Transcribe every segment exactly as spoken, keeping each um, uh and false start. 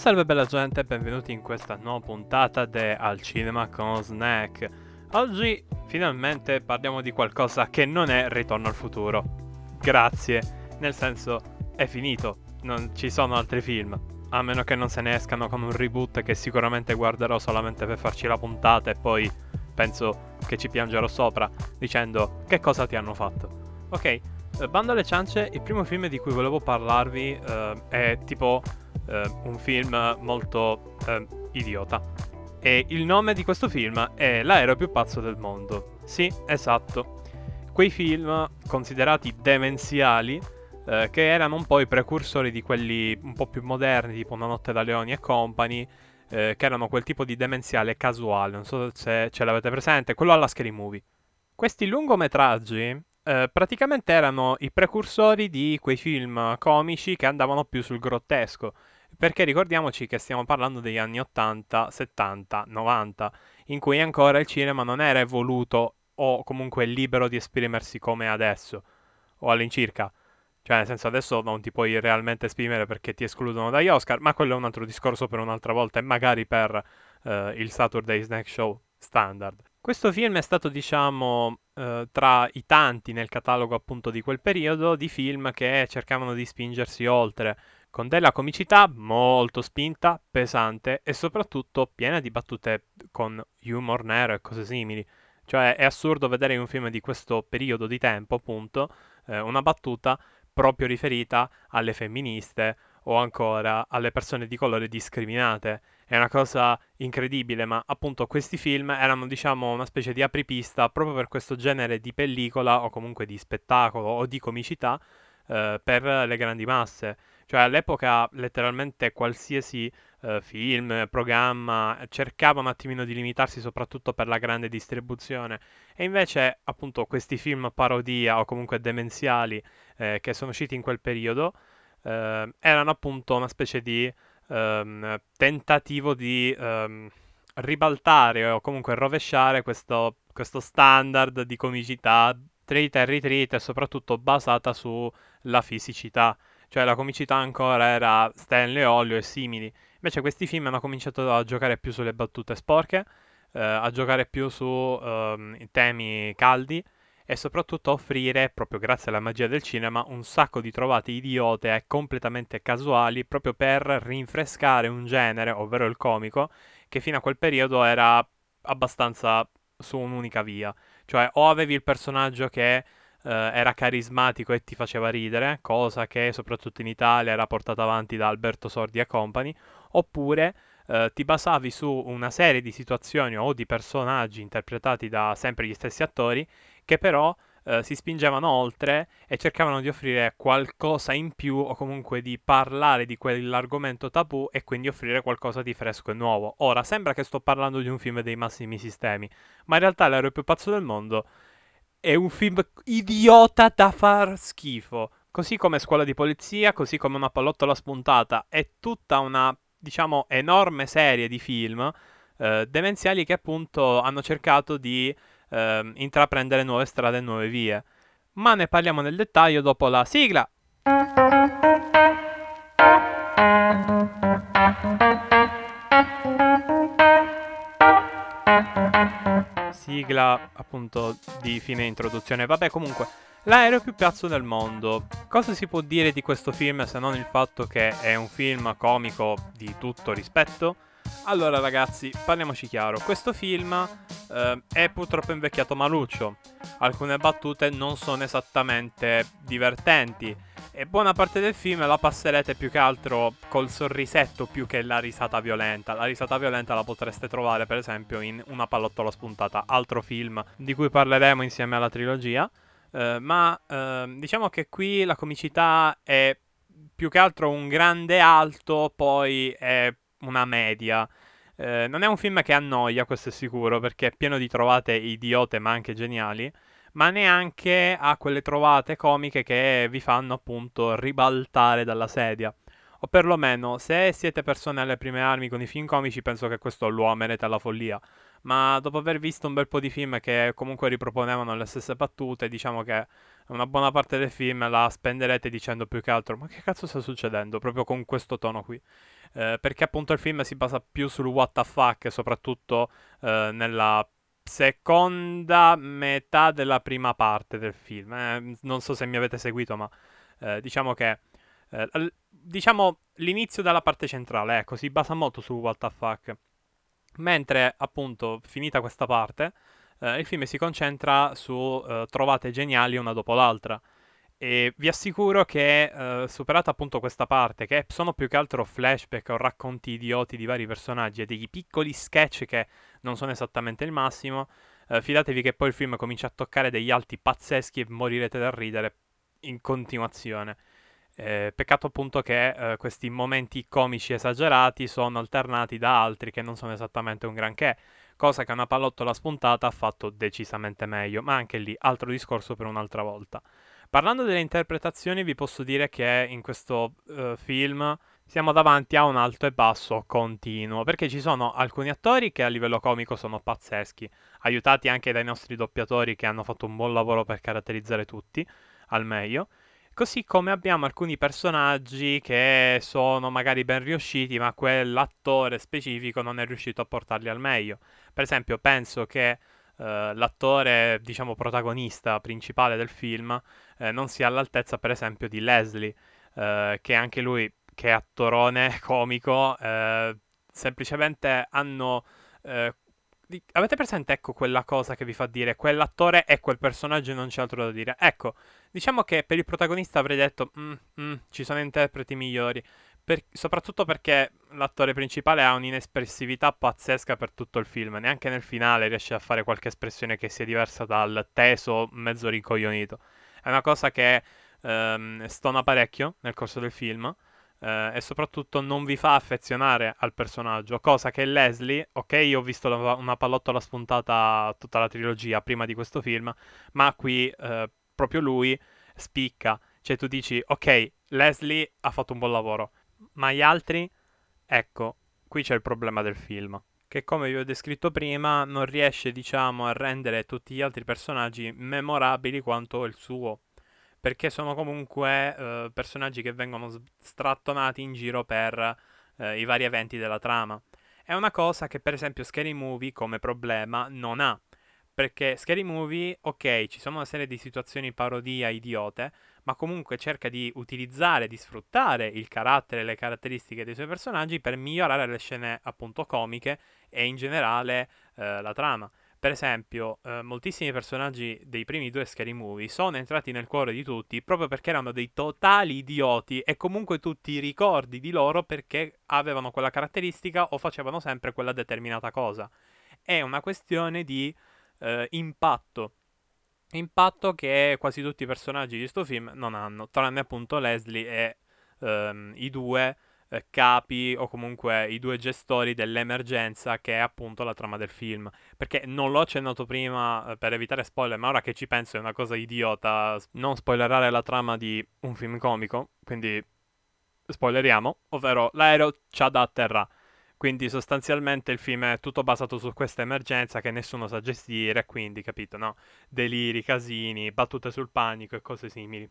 salve bella gente e benvenuti in questa nuova puntata di Al Cinema con Snack. Oggi finalmente parliamo di qualcosa che non è Ritorno al futuro. Grazie, nel senso è finito, non ci sono altri film. A meno che non se ne escano con un reboot che sicuramente guarderò solamente per farci la puntata e poi penso che ci piangerò sopra dicendo che cosa ti hanno fatto. Ok, eh, bando alle ciance, il primo film di cui volevo parlarvi eh, è tipo eh, un film molto eh, idiota. E il nome di questo film è L'aereo più pazzo del mondo. Sì, esatto. Quei film considerati demenziali eh, che erano un po' i precursori di quelli un po' più moderni, tipo Una notte da leoni e compagni, eh, che erano quel tipo di demenziale casuale. Non so se ce l'avete presente, quello alla Scary Movie. Questi lungometraggi eh, praticamente erano i precursori di quei film comici che andavano più sul grottesco, perché ricordiamoci che stiamo parlando degli anni ottanta, settanta, novanta, in cui ancora il cinema non era evoluto o comunque libero di esprimersi come adesso, o all'incirca. Cioè, nel senso, adesso non ti puoi realmente esprimere perché ti escludono dagli Oscar, ma quello è un altro discorso per un'altra volta e magari per eh, il Saturday Snack Show standard. Questo film è stato, diciamo, eh, tra i tanti nel catalogo appunto di quel periodo di film che cercavano di spingersi oltre, con della comicità molto spinta, pesante e soprattutto piena di battute con humor nero e cose simili. Cioè è assurdo vedere in un film di questo periodo di tempo, appunto, eh, una battuta proprio riferita alle femministe o ancora alle persone di colore discriminate. È una cosa incredibile, ma appunto questi film erano, diciamo, una specie di apripista proprio per questo genere di pellicola o comunque di spettacolo o di comicità eh, per le grandi masse. Cioè all'epoca letteralmente qualsiasi eh, film, programma cercava un attimino di limitarsi soprattutto per la grande distribuzione e invece appunto questi film parodia o comunque demenziali eh, che sono usciti in quel periodo eh, erano appunto una specie di ehm, tentativo di ehm, ribaltare o comunque rovesciare questo, questo standard di comicità trita e ritrita e soprattutto basata sulla fisicità. Cioè la comicità ancora era Stanley Olio e simili. Invece questi film hanno cominciato a giocare più sulle battute sporche, eh, a giocare più su ehm, temi caldi e soprattutto offrire, proprio grazie alla magia del cinema, un sacco di trovate idiote e completamente casuali proprio per rinfrescare un genere, ovvero il comico, che fino a quel periodo era abbastanza su un'unica via. Cioè o avevi il personaggio che eh, era carismatico e ti faceva ridere, cosa che soprattutto in Italia era portata avanti da Alberto Sordi e compagni, oppure eh, ti basavi su una serie di situazioni o di personaggi interpretati da sempre gli stessi attori che però eh, si spingevano oltre e cercavano di offrire qualcosa in più o comunque di parlare di quell'argomento tabù e quindi offrire qualcosa di fresco e nuovo. Ora, sembra che sto parlando di un film dei massimi sistemi, ma in realtà L'aereo più pazzo del mondo è un film idiota da far schifo. Così come Scuola di Polizia, così come Una pallottola spuntata, è tutta una, diciamo, enorme serie di film eh, demenziali che appunto hanno cercato di ehm, intraprendere nuove strade e nuove vie. Ma ne parliamo nel dettaglio dopo la sigla. Sigla appunto di fine introduzione. Vabbè, comunque, L'aereo più pazzo del mondo. Cosa si può dire di questo film se non il fatto che è un film comico di tutto rispetto? Allora ragazzi, parliamoci chiaro, questo film eh, è purtroppo invecchiato maluccio, alcune battute non sono esattamente divertenti e buona parte del film la passerete più che altro col sorrisetto più che la risata violenta. La risata violenta la potreste trovare per esempio in Una pallottola spuntata, altro film di cui parleremo insieme alla trilogia. Uh, ma uh, diciamo che qui la comicità è più che altro un grande alto, poi è una media. Uh, non è un film che annoia, questo è sicuro, perché è pieno di trovate idiote ma anche geniali, ma neanche ha quelle trovate comiche che vi fanno appunto ribaltare dalla sedia. O perlomeno, se siete persone alle prime armi con i film comici, penso che questo lo amerete alla follia. Ma dopo aver visto un bel po' di film che comunque riproponevano le stesse battute, diciamo che una buona parte del film la spenderete dicendo più che altro ma che cazzo sta succedendo? Proprio con questo tono qui. Eh, perché appunto il film si basa più sul what the fuck, soprattutto eh, nella seconda metà della prima parte del film. Eh, non so se mi avete seguito, ma eh, diciamo che eh, l- diciamo l'inizio della parte centrale, ecco, si basa molto sul what the fuck. Mentre appunto finita questa parte, eh, il film si concentra su eh, trovate geniali una dopo l'altra. E vi assicuro che, eh, superata appunto questa parte, che sono più che altro flashback o racconti idioti di vari personaggi e degli piccoli sketch che non sono esattamente il massimo, eh, fidatevi che poi il film comincia a toccare degli alti pazzeschi e morirete da ridere in continuazione. Eh, peccato appunto che eh, questi momenti comici esagerati sono alternati da altri che non sono esattamente un granché, cosa che una pallottola spuntata ha fatto decisamente meglio, ma anche lì altro discorso per un'altra volta. Parlando delle interpretazioni, vi posso dire che in questo eh, film siamo davanti a un alto e basso continuo, perché ci sono alcuni attori che a livello comico sono pazzeschi, aiutati anche dai nostri doppiatori che hanno fatto un buon lavoro per caratterizzare tutti al meglio. Così come abbiamo alcuni personaggi che sono magari ben riusciti, ma quell'attore specifico non è riuscito a portarli al meglio. Per esempio, penso che eh, l'attore, diciamo, protagonista principale del film eh, non sia all'altezza, per esempio, di Leslie, eh, che anche lui, che è attorone comico, eh, semplicemente hanno... eh, di- avete presente, ecco, quella cosa che vi fa dire quell'attore e quel personaggio e non c'è altro da dire? Ecco, diciamo che per il protagonista avrei detto, "Mm, mm, ci sono interpreti migliori, per- soprattutto perché l'attore principale ha un'inespressività pazzesca per tutto il film, neanche nel finale riesce a fare qualche espressione che sia diversa dal teso mezzo rincoglionito. È una cosa che ehm, stona parecchio nel corso del film. Eh, e soprattutto non vi fa affezionare al personaggio, cosa che Leslie, ok, io ho visto la- una pallottola spuntata tutta la trilogia prima di questo film, ma qui eh, proprio lui spicca, cioè tu dici, ok, Leslie ha fatto un buon lavoro, ma gli altri, ecco, qui c'è il problema del film, che come vi ho descritto prima non riesce, diciamo, a rendere tutti gli altri personaggi memorabili quanto il suo, perché sono comunque eh, personaggi che vengono s- strattonati in giro per eh, i vari eventi della trama. È una cosa che per esempio Scary Movie come problema non ha. Perché Scary Movie, ok, ci sono una serie di situazioni parodia idiote, ma comunque cerca di utilizzare, di sfruttare il carattere e le caratteristiche dei suoi personaggi per migliorare le scene appunto comiche e in generale eh, la trama. Per esempio, eh, moltissimi personaggi dei primi due Scary Movie sono entrati nel cuore di tutti proprio perché erano dei totali idioti e comunque tutti ricordi di loro perché avevano quella caratteristica o facevano sempre quella determinata cosa. È una questione di eh, impatto. Impatto che quasi tutti i personaggi di sto film non hanno, tranne appunto Leslie e ehm, i due eh, capi o comunque i due gestori dell'emergenza che è appunto la trama del film. Perché non l'ho accennato prima eh, per evitare spoiler, ma ora che ci penso è una cosa idiota s- non spoilerare la trama di un film comico, quindi spoileriamo, ovvero l'aereo c'ha da atterrare. Quindi sostanzialmente il film è tutto basato su questa emergenza che nessuno sa gestire, quindi capito, no? Deliri, casini, battute sul panico e cose simili.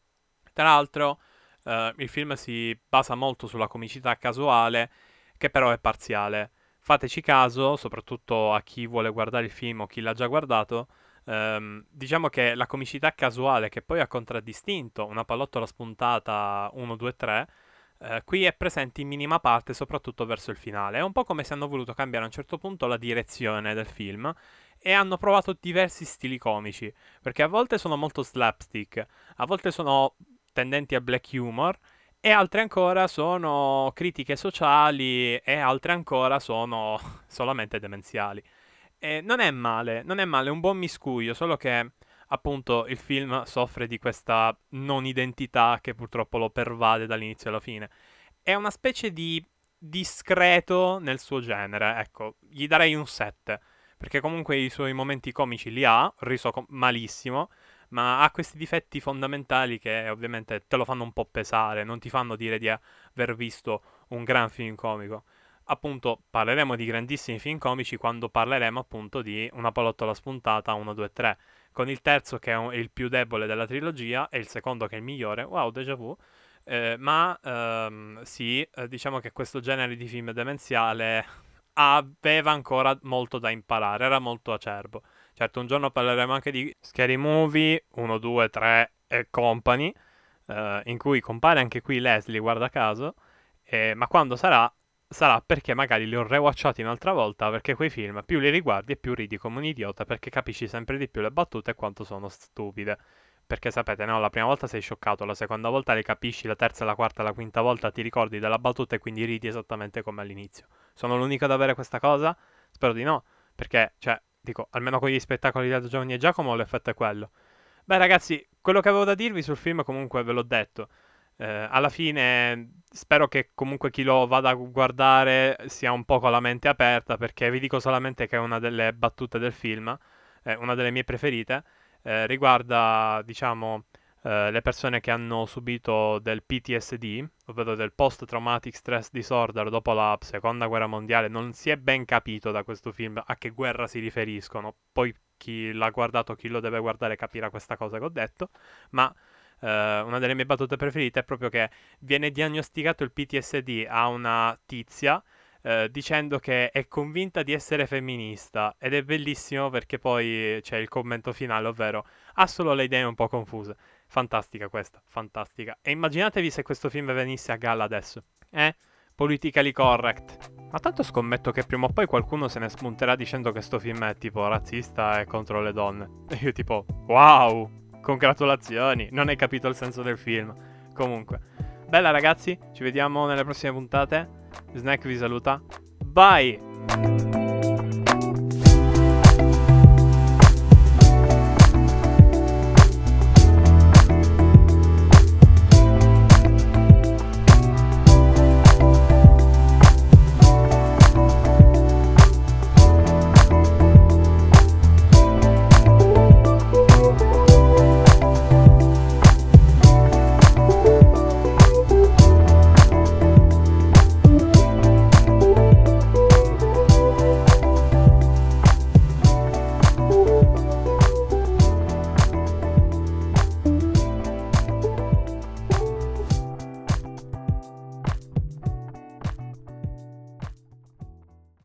Tra l'altro, eh, il film si basa molto sulla comicità casuale, che però è parziale. Fateci caso, soprattutto a chi vuole guardare il film o chi l'ha già guardato, ehm, diciamo che la comicità casuale che poi ha contraddistinto una pallottola spuntata uno, due, tre, eh, qui è presente in minima parte, soprattutto verso il finale. È un po' come se hanno voluto cambiare a un certo punto la direzione del film e hanno provato diversi stili comici, perché a volte sono molto slapstick, a volte sono tendenti a black humor e altre ancora sono critiche sociali e altre ancora sono solamente demenziali. E non è male, non è male, è un buon miscuglio, solo che appunto il film soffre di questa non identità che purtroppo lo pervade dall'inizio alla fine. È una specie di discreto nel suo genere, ecco, gli darei un sette, perché comunque i suoi momenti comici li ha, riso com- malissimo, ma ha questi difetti fondamentali che ovviamente te lo fanno un po' pesare, non ti fanno dire di aver visto un gran film comico. Appunto, parleremo di grandissimi film comici quando parleremo appunto di Una pallottola spuntata uno, due, tre. con il terzo che è, un- è il più debole della trilogia e il secondo che è il migliore. Wow, déjà vu. Eh, ma ehm, sì, eh, diciamo che questo genere di film demenziale aveva ancora molto da imparare, era molto acerbo. Certo, un giorno parleremo anche di Scary Movie uno, due, tre e Company, eh, in cui compare anche qui Leslie, guarda caso, eh, ma quando sarà, sarà perché magari li ho rewatchati un'altra volta, perché quei film più li riguardi e più ridi come un idiota, perché capisci sempre di più le battute e quanto sono stupide. Perché sapete, no, la prima volta sei scioccato, la seconda volta le capisci, la terza, la quarta, la quinta volta ti ricordi della battuta e quindi ridi esattamente come all'inizio. Sono l'unico ad avere questa cosa? Spero di no, perché, cioè, dico, almeno con gli spettacoli di Giovanni e Giacomo l'effetto è quello. Beh, ragazzi, quello che avevo da dirvi sul film comunque ve l'ho detto. Eh, alla fine spero che comunque chi lo vada a guardare sia un po' con la mente aperta, perché vi dico solamente che è una delle battute del film, è una delle mie preferite, eh, riguarda, diciamo, eh, le persone che hanno subito del P T S D, ovvero del Post Traumatic Stress Disorder dopo la seconda guerra mondiale. Non si è ben capito da questo film a che guerra si riferiscono, poi chi l'ha guardato, chi lo deve guardare capirà questa cosa che ho detto, ma eh, una delle mie battute preferite è proprio che viene diagnosticato il P T S D a una tizia eh, dicendo che è convinta di essere femminista ed è bellissimo perché poi c'è il commento finale, ovvero ha solo le idee un po' confuse. Fantastica questa, fantastica. E immaginatevi se questo film venisse a galla adesso. Eh? Politically correct. Ma tanto scommetto che prima o poi qualcuno se ne spunterà dicendo che sto film è tipo razzista e contro le donne. E io tipo, wow, congratulazioni, non hai capito il senso del film. Comunque, bella ragazzi, ci vediamo nelle prossime puntate. Snack vi saluta. Bye!